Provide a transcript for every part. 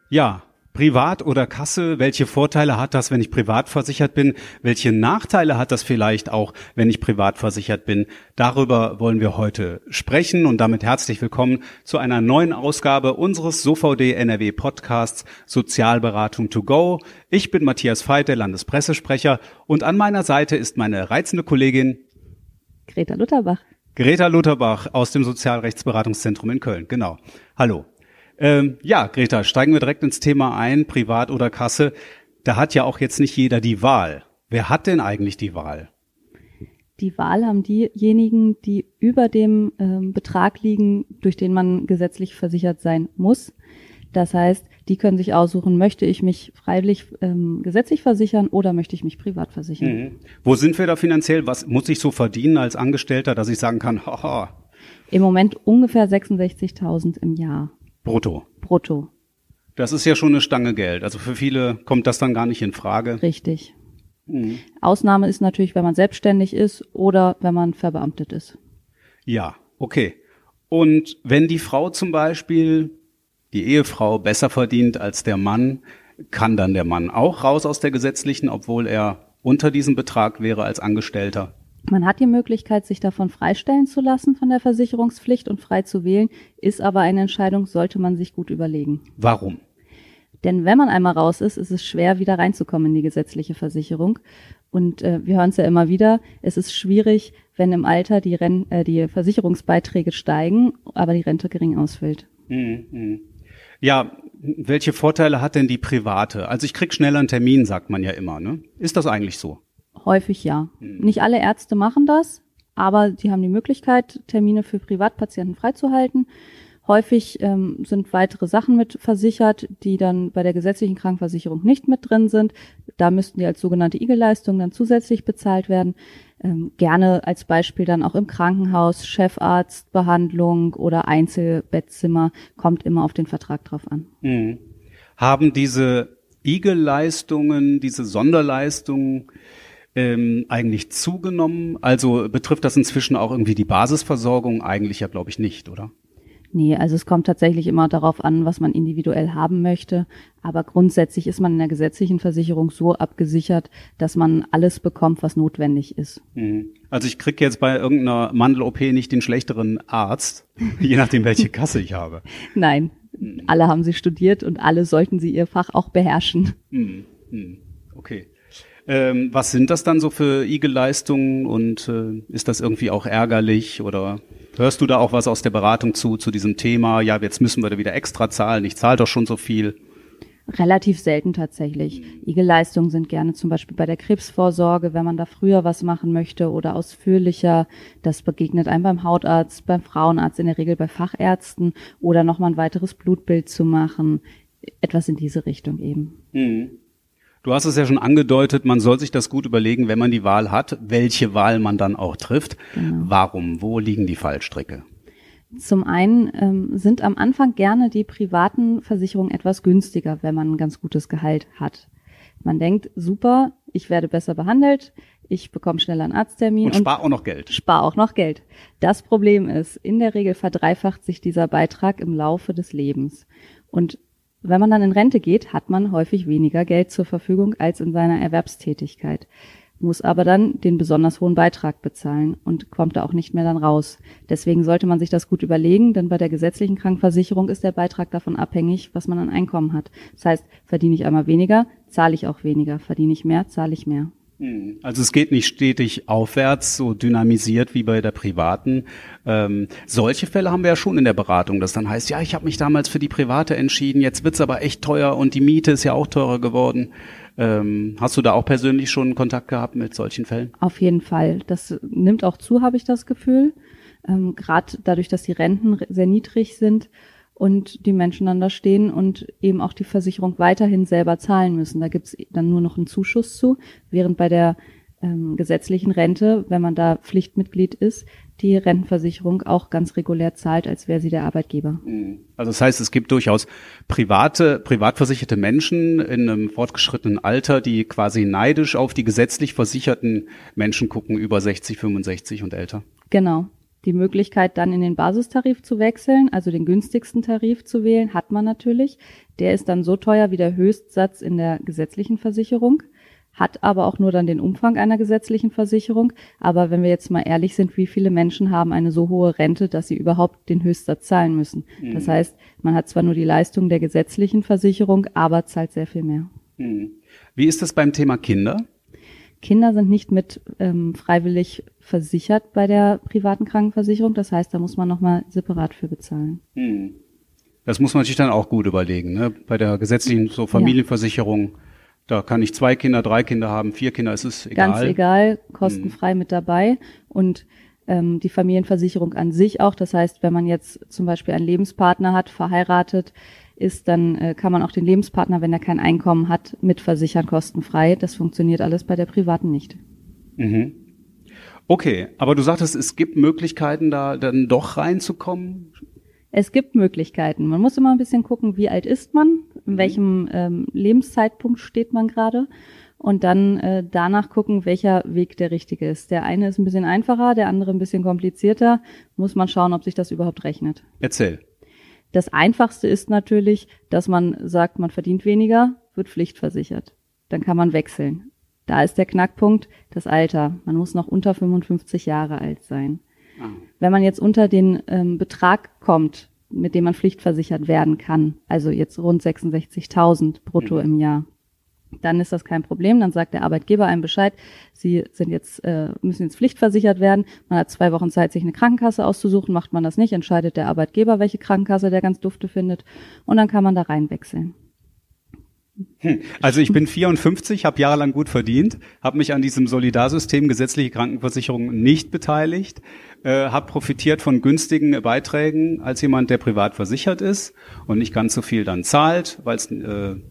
Ja, privat oder Kasse, welche Vorteile hat das, wenn ich privat versichert bin? Welche Nachteile hat das vielleicht auch, wenn ich privat versichert bin? Darüber wollen wir heute sprechen und damit herzlich willkommen zu einer neuen Ausgabe unseres SOVD NRW Podcasts Sozialberatung to go. Ich bin Matthias Veit, der Landespressesprecher, und an meiner Seite ist meine reizende Kollegin Greta Lutterbach. Greta Lutterbach aus dem Sozialrechtsberatungszentrum in Köln. Genau. Hallo. Ja, Greta, steigen wir direkt ins Thema ein, privat oder Kasse. Da hat ja auch jetzt nicht jeder die Wahl. Wer hat denn eigentlich die Wahl? Die Wahl haben diejenigen, die über dem Betrag liegen, durch den man gesetzlich versichert sein muss. Das heißt, die können sich aussuchen, möchte ich mich freiwillig gesetzlich versichern oder möchte ich mich privat versichern. Mhm. Wo sind wir da finanziell? Was muss ich so verdienen als Angestellter, dass ich sagen kann, haha? Im Moment ungefähr 66.000 im Jahr. Brutto. Das ist ja schon eine Stange Geld. Also für viele kommt das dann gar nicht in Frage. Richtig. Mhm. Ausnahme ist natürlich, wenn man selbstständig ist oder wenn man verbeamtet ist. Ja, okay. Und wenn die Frau zum Beispiel, die Ehefrau, besser verdient als der Mann, kann dann der Mann auch raus aus der gesetzlichen, obwohl er unter diesem Betrag wäre als Angestellter? Man hat die Möglichkeit, sich davon freistellen zu lassen von der Versicherungspflicht und frei zu wählen, ist aber eine Entscheidung, sollte man sich gut überlegen. Warum? Denn wenn man einmal raus ist, ist es schwer, wieder reinzukommen in die gesetzliche Versicherung. Und wir hören es ja immer wieder, es ist schwierig, wenn im Alter die Versicherungsbeiträge steigen, aber die Rente gering ausfällt. Mhm. Ja, welche Vorteile hat denn die private? Also ich krieg schneller einen Termin, sagt man ja immer, ne? Ist das eigentlich so? Häufig ja. Nicht alle Ärzte machen das, aber die haben die Möglichkeit, Termine für Privatpatienten freizuhalten. Häufig sind weitere Sachen mit versichert, die dann bei der gesetzlichen Krankenversicherung nicht mit drin sind. Da müssten die als sogenannte Igelleistung dann zusätzlich bezahlt werden. Gerne als Beispiel dann auch im Krankenhaus, Chefarztbehandlung oder Einzelbettzimmer, kommt immer auf den Vertrag drauf an. Mhm. Haben diese Igelleistungen, diese Sonderleistungen eigentlich zugenommen? Also betrifft das inzwischen auch irgendwie die Basisversorgung? Eigentlich ja, glaube ich, nicht, oder? Nee, also es kommt tatsächlich immer darauf an, was man individuell haben möchte. Aber grundsätzlich ist man in der gesetzlichen Versicherung so abgesichert, dass man alles bekommt, was notwendig ist. Also ich kriege jetzt bei irgendeiner Mandel-OP nicht den schlechteren Arzt, je nachdem, welche Kasse ich habe. Nein, alle haben sie studiert und alle sollten sie ihr Fach auch beherrschen. Okay. Was sind das dann so für Igelleistungen und ist das irgendwie auch ärgerlich oder hörst du da auch was aus der Beratung zu diesem Thema? Ja, jetzt müssen wir da wieder extra zahlen, ich zahle doch schon so viel. Relativ selten tatsächlich. Igelleistungen sind gerne zum Beispiel bei der Krebsvorsorge, wenn man da früher was machen möchte oder ausführlicher. Das begegnet einem beim Hautarzt, beim Frauenarzt, in der Regel bei Fachärzten oder nochmal ein weiteres Blutbild zu machen. Etwas in diese Richtung eben. Du hast es ja schon angedeutet, man soll sich das gut überlegen, wenn man die Wahl hat, welche Wahl man dann auch trifft. Genau. Warum? Wo liegen die Fallstricke? Zum einen sind am Anfang gerne die privaten Versicherungen etwas günstiger, wenn man ein ganz gutes Gehalt hat. Man denkt, super, ich werde besser behandelt, ich bekomme schneller einen Arzttermin. Und spare auch noch Geld. Spare auch noch Geld. Das Problem ist, in der Regel verdreifacht sich dieser Beitrag im Laufe des Lebens. Und wenn man dann in Rente geht, hat man häufig weniger Geld zur Verfügung als in seiner Erwerbstätigkeit, muss aber dann den besonders hohen Beitrag bezahlen und kommt da auch nicht mehr dann raus. Deswegen sollte man sich das gut überlegen, denn bei der gesetzlichen Krankenversicherung ist der Beitrag davon abhängig, was man an Einkommen hat. Das heißt, verdiene ich einmal weniger, zahle ich auch weniger, verdiene ich mehr, zahle ich mehr. Also es geht nicht stetig aufwärts, so dynamisiert wie bei der privaten. Solche Fälle haben wir ja schon in der Beratung, dass dann heißt, ja, ich habe mich damals für die private entschieden, jetzt wird's aber echt teuer und die Miete ist ja auch teurer geworden. Hast du da auch persönlich schon Kontakt gehabt mit solchen Fällen? Auf jeden Fall. Das nimmt auch zu, habe ich das Gefühl. Gerade dadurch, dass die Renten sehr niedrig sind und die Menschen dann da stehen und eben auch die Versicherung weiterhin selber zahlen müssen. Da gibt's dann nur noch einen Zuschuss zu, während bei der gesetzlichen Rente, wenn man da Pflichtmitglied ist, die Rentenversicherung auch ganz regulär zahlt, als wäre sie der Arbeitgeber. Also das heißt, es gibt durchaus privat versicherte Menschen in einem fortgeschrittenen Alter, die quasi neidisch auf die gesetzlich versicherten Menschen gucken, über 60, 65 und älter. Genau. Die Möglichkeit, dann in den Basistarif zu wechseln, also den günstigsten Tarif zu wählen, hat man natürlich. Der ist dann so teuer wie der Höchstsatz in der gesetzlichen Versicherung, hat aber auch nur dann den Umfang einer gesetzlichen Versicherung. Aber wenn wir jetzt mal ehrlich sind, wie viele Menschen haben eine so hohe Rente, dass sie überhaupt den Höchstsatz zahlen müssen? Mhm. Das heißt, man hat zwar nur die Leistung der gesetzlichen Versicherung, aber zahlt sehr viel mehr. Mhm. Wie ist das beim Thema Kinder? Kinder sind nicht mit freiwillig versichert bei der privaten Krankenversicherung. Das heißt, da muss man nochmal separat für bezahlen. Mhm. Das muss man sich dann auch gut überlegen, ne? Bei der gesetzlichen so Familienversicherung, da kann ich 2 Kinder, 3 Kinder haben, 4 Kinder, es ist egal. Ganz egal, kostenfrei mit dabei. Und die Familienversicherung an sich auch. Das heißt, wenn man jetzt zum Beispiel einen Lebenspartner hat, verheiratet ist, dann kann man auch den Lebenspartner, wenn er kein Einkommen hat, mitversichern, kostenfrei. Das funktioniert alles bei der privaten nicht. Mhm. Okay, aber du sagtest, es gibt Möglichkeiten, da dann doch reinzukommen? Es gibt Möglichkeiten. Man muss immer ein bisschen gucken, wie alt ist man, in welchem Lebenszeitpunkt steht man gerade und dann danach gucken, welcher Weg der richtige ist. Der eine ist ein bisschen einfacher, der andere ein bisschen komplizierter. Muss man schauen, ob sich das überhaupt rechnet. Erzähl. Das Einfachste ist natürlich, dass man sagt, man verdient weniger, wird pflichtversichert. Dann kann man wechseln. Da ist der Knackpunkt, das Alter. Man muss noch unter 55 Jahre alt sein. Wenn man jetzt unter den Betrag kommt, mit dem man pflichtversichert werden kann, also jetzt rund 66.000 brutto im Jahr, dann ist das kein Problem. Dann sagt der Arbeitgeber einem Bescheid, Sie sind jetzt, müssen jetzt pflichtversichert werden. Man hat 2 Wochen Zeit, sich eine Krankenkasse auszusuchen. Macht man das nicht, entscheidet der Arbeitgeber, welche Krankenkasse der ganz dufte findet. Und dann kann man da reinwechseln. Also ich bin 54, habe jahrelang gut verdient, habe mich an diesem Solidarsystem gesetzliche Krankenversicherung nicht beteiligt, habe profitiert von günstigen Beiträgen als jemand, der privat versichert ist und nicht ganz so viel dann zahlt, weil es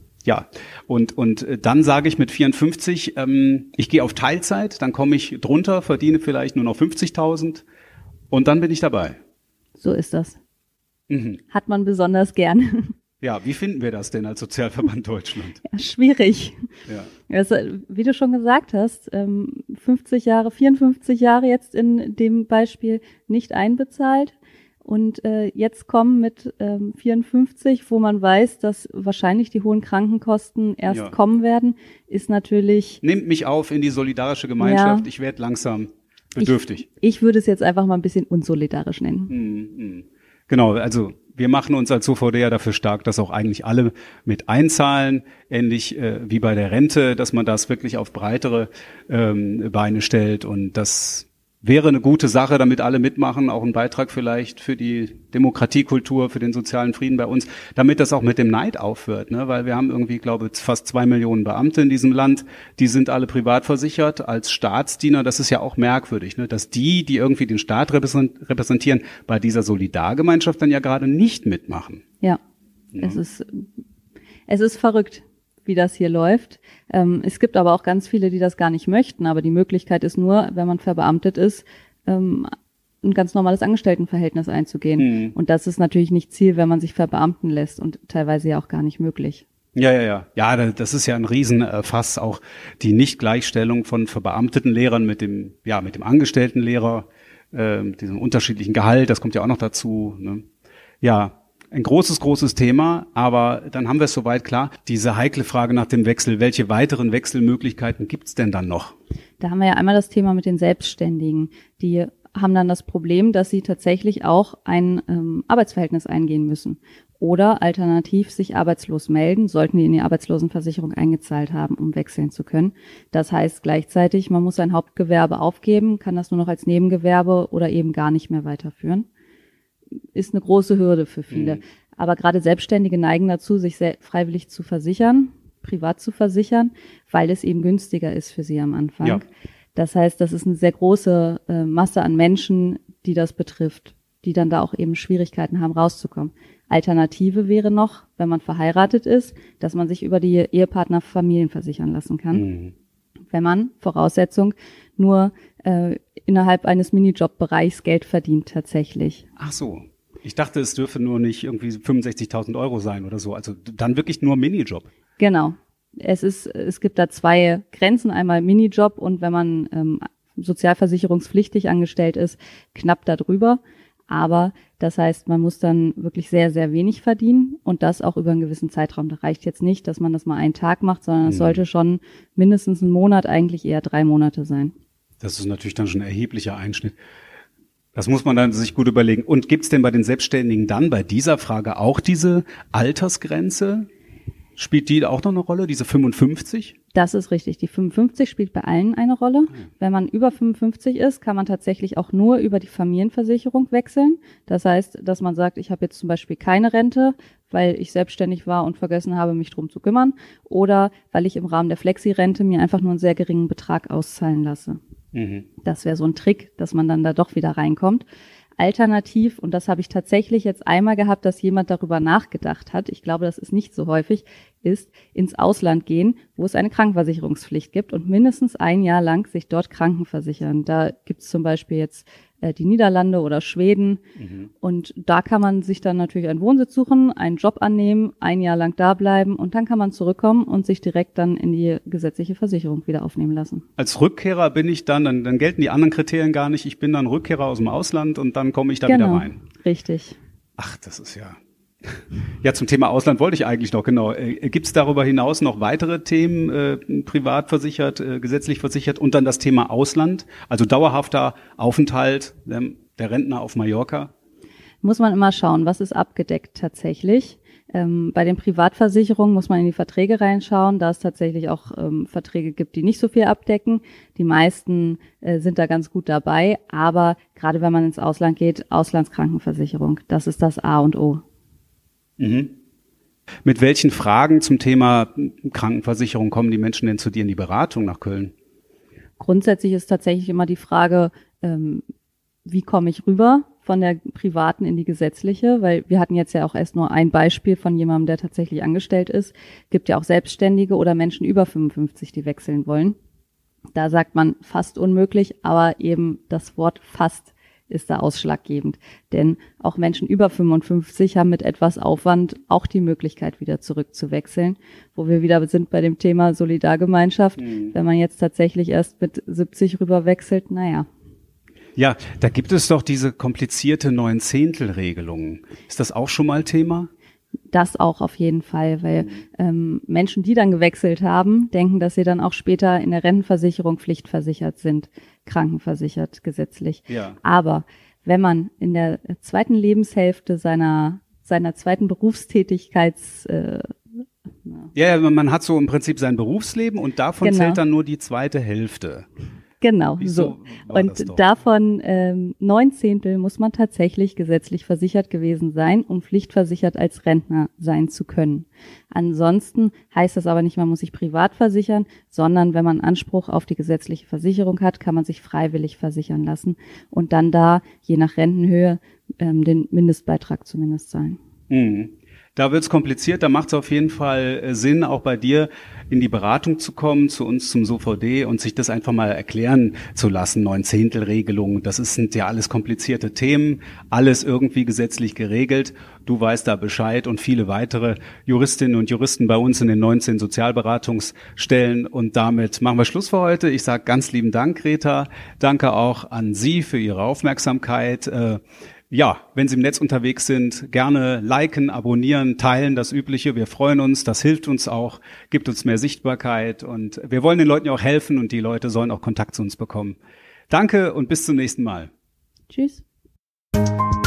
und dann sage ich mit 54, ich gehe auf Teilzeit, dann komme ich drunter, verdiene vielleicht nur noch 50.000 und dann bin ich dabei. So ist das. Hat man besonders gern. Ja, wie finden wir das denn als Sozialverband Deutschland? Ja, schwierig. Ja. Also, wie du schon gesagt hast, 54 Jahre jetzt in dem Beispiel nicht einbezahlt und jetzt kommen mit 54, wo man weiß, dass wahrscheinlich die hohen Krankenkosten erst kommen werden, ist natürlich... Nehmt mich auf in die solidarische Gemeinschaft, ich werde langsam bedürftig. Ich würde es jetzt einfach mal ein bisschen unsolidarisch nennen. Genau, also wir machen uns als OVD ja dafür stark, dass auch eigentlich alle mit einzahlen, ähnlich wie bei der Rente, dass man das wirklich auf breitere Beine stellt und das wäre eine gute Sache, damit alle mitmachen, auch ein Beitrag vielleicht für die Demokratiekultur, für den sozialen Frieden bei uns, damit das auch mit dem Neid aufhört, ne? Weil wir haben irgendwie, glaube ich, fast 2 Millionen Beamte in diesem Land, die sind alle privat versichert als Staatsdiener, das ist ja auch merkwürdig, ne? Dass die irgendwie den Staat repräsentieren, bei dieser Solidargemeinschaft dann ja gerade nicht mitmachen. Ja. Es ist verrückt, wie das hier läuft. Es gibt aber auch ganz viele, die das gar nicht möchten, aber die Möglichkeit ist nur, wenn man verbeamtet ist, ein ganz normales Angestelltenverhältnis einzugehen. Und das ist natürlich nicht Ziel, wenn man sich verbeamten lässt und teilweise ja auch gar nicht möglich. Ja, das ist ja ein Riesenfass, auch die Nichtgleichstellung von verbeamteten Lehrern mit dem angestellten Lehrer, diesem unterschiedlichen Gehalt, das kommt ja auch noch dazu, ne? Ja, ein großes Thema, aber dann haben wir es soweit klar. Diese heikle Frage nach dem Wechsel, welche weiteren Wechselmöglichkeiten gibt's denn dann noch? Da haben wir ja einmal das Thema mit den Selbstständigen. Die haben dann das Problem, dass sie tatsächlich auch ein Arbeitsverhältnis eingehen müssen. Oder alternativ sich arbeitslos melden, sollten die in die Arbeitslosenversicherung eingezahlt haben, um wechseln zu können. Das heißt gleichzeitig, man muss sein Hauptgewerbe aufgeben, kann das nur noch als Nebengewerbe oder eben gar nicht mehr weiterführen. Ist eine große Hürde für viele. Aber gerade Selbstständige neigen dazu, sich freiwillig zu versichern, privat zu versichern, weil es eben günstiger ist für sie am Anfang. Ja. Das heißt, das ist eine sehr große Masse an Menschen, die das betrifft, die dann da auch eben Schwierigkeiten haben, rauszukommen. Alternative wäre noch, wenn man verheiratet ist, dass man sich über die Ehepartner Familien versichern lassen kann. Wenn man, Voraussetzung, nur innerhalb eines Minijob-Bereichs Geld verdient tatsächlich. Ach so. Ich dachte, es dürfe nur nicht irgendwie 65.000 € sein oder so. Also dann wirklich nur Minijob. Genau. Es gibt da 2 Grenzen. Einmal Minijob und wenn man sozialversicherungspflichtig angestellt ist, knapp darüber. Aber das heißt, man muss dann wirklich sehr, sehr wenig verdienen und das auch über einen gewissen Zeitraum. Da reicht jetzt nicht, dass man das mal einen Tag macht, sondern es sollte schon mindestens ein Monat, eigentlich eher 3 Monate sein. Das ist natürlich dann schon ein erheblicher Einschnitt. Das muss man dann sich gut überlegen. Und gibt es denn bei den Selbstständigen dann bei dieser Frage auch diese Altersgrenze? Spielt die auch noch eine Rolle, diese 55? Das ist richtig. Die 55 spielt bei allen eine Rolle. Wenn man über 55 ist, kann man tatsächlich auch nur über die Familienversicherung wechseln. Das heißt, dass man sagt, ich habe jetzt zum Beispiel keine Rente, weil ich selbstständig war und vergessen habe, mich drum zu kümmern. Oder weil ich im Rahmen der Flexi-Rente mir einfach nur einen sehr geringen Betrag auszahlen lasse. Das wäre so ein Trick, dass man dann da doch wieder reinkommt. Alternativ, und das habe ich tatsächlich jetzt einmal gehabt, dass jemand darüber nachgedacht hat, ich glaube, das ist nicht so häufig, ist ins Ausland gehen, wo es eine Krankenversicherungspflicht gibt und mindestens 1 Jahr lang sich dort krankenversichern. Da gibt es zum Beispiel jetzt die Niederlande oder Schweden und da kann man sich dann natürlich einen Wohnsitz suchen, einen Job annehmen, 1 Jahr lang da bleiben und dann kann man zurückkommen und sich direkt dann in die gesetzliche Versicherung wieder aufnehmen lassen. Als Rückkehrer bin ich dann gelten die anderen Kriterien gar nicht. Ich bin dann Rückkehrer aus dem Ausland und dann komme ich da wieder rein. Richtig. Ach, das ist ja... Ja, zum Thema Ausland wollte ich eigentlich noch, genau. Gibt es darüber hinaus noch weitere Themen, privat versichert, gesetzlich versichert und dann das Thema Ausland, also dauerhafter Aufenthalt der Rentner auf Mallorca? Muss man immer schauen, was ist abgedeckt tatsächlich. Bei den Privatversicherungen muss man in die Verträge reinschauen, da es tatsächlich auch Verträge gibt, die nicht so viel abdecken. Die meisten sind da ganz gut dabei, aber gerade wenn man ins Ausland geht, Auslandskrankenversicherung, das ist das A und O. Mit welchen Fragen zum Thema Krankenversicherung kommen die Menschen denn zu dir in die Beratung nach Köln? Grundsätzlich ist tatsächlich immer die Frage, wie komme ich rüber von der privaten in die gesetzliche, weil wir hatten jetzt ja auch erst nur ein Beispiel von jemandem, der tatsächlich angestellt ist. Gibt ja auch Selbstständige oder Menschen über 55, die wechseln wollen. Da sagt man fast unmöglich, aber eben das Wort fast ist da ausschlaggebend. Denn auch Menschen über 55 haben mit etwas Aufwand auch die Möglichkeit, wieder zurückzuwechseln. Wo wir wieder sind bei dem Thema Solidargemeinschaft. Wenn man jetzt tatsächlich erst mit 70 rüberwechselt, naja. Ja, da gibt es doch diese komplizierte 9/10-Regelung. Ist das auch schon mal Thema? Das auch auf jeden Fall, weil Menschen, die dann gewechselt haben, denken, dass sie dann auch später in der Rentenversicherung pflichtversichert sind, krankenversichert gesetzlich. Ja. Aber wenn man in der zweiten Lebenshälfte seiner zweiten Ja, man hat so im Prinzip sein Berufsleben und davon zählt dann nur die zweite Hälfte. Genau, so. Und davon 9/10 muss man tatsächlich gesetzlich versichert gewesen sein, um pflichtversichert als Rentner sein zu können. Ansonsten heißt das aber nicht, man muss sich privat versichern, sondern wenn man Anspruch auf die gesetzliche Versicherung hat, kann man sich freiwillig versichern lassen und dann da, je nach Rentenhöhe, den Mindestbeitrag zumindest zahlen. Da wird's kompliziert, da macht es auf jeden Fall Sinn, auch bei dir in die Beratung zu kommen, zu uns zum SOVD und sich das einfach mal erklären zu lassen. 9/10-Regelung, sind ja alles komplizierte Themen, alles irgendwie gesetzlich geregelt. Du weißt da Bescheid und viele weitere Juristinnen und Juristen bei uns in den 19 Sozialberatungsstellen. Und damit machen wir Schluss für heute. Ich sage ganz lieben Dank, Greta. Danke auch an Sie für Ihre Aufmerksamkeit. Ja, wenn Sie im Netz unterwegs sind, gerne liken, abonnieren, teilen, das Übliche. Wir freuen uns, das hilft uns auch, gibt uns mehr Sichtbarkeit und wir wollen den Leuten ja auch helfen und die Leute sollen auch Kontakt zu uns bekommen. Danke und bis zum nächsten Mal. Tschüss.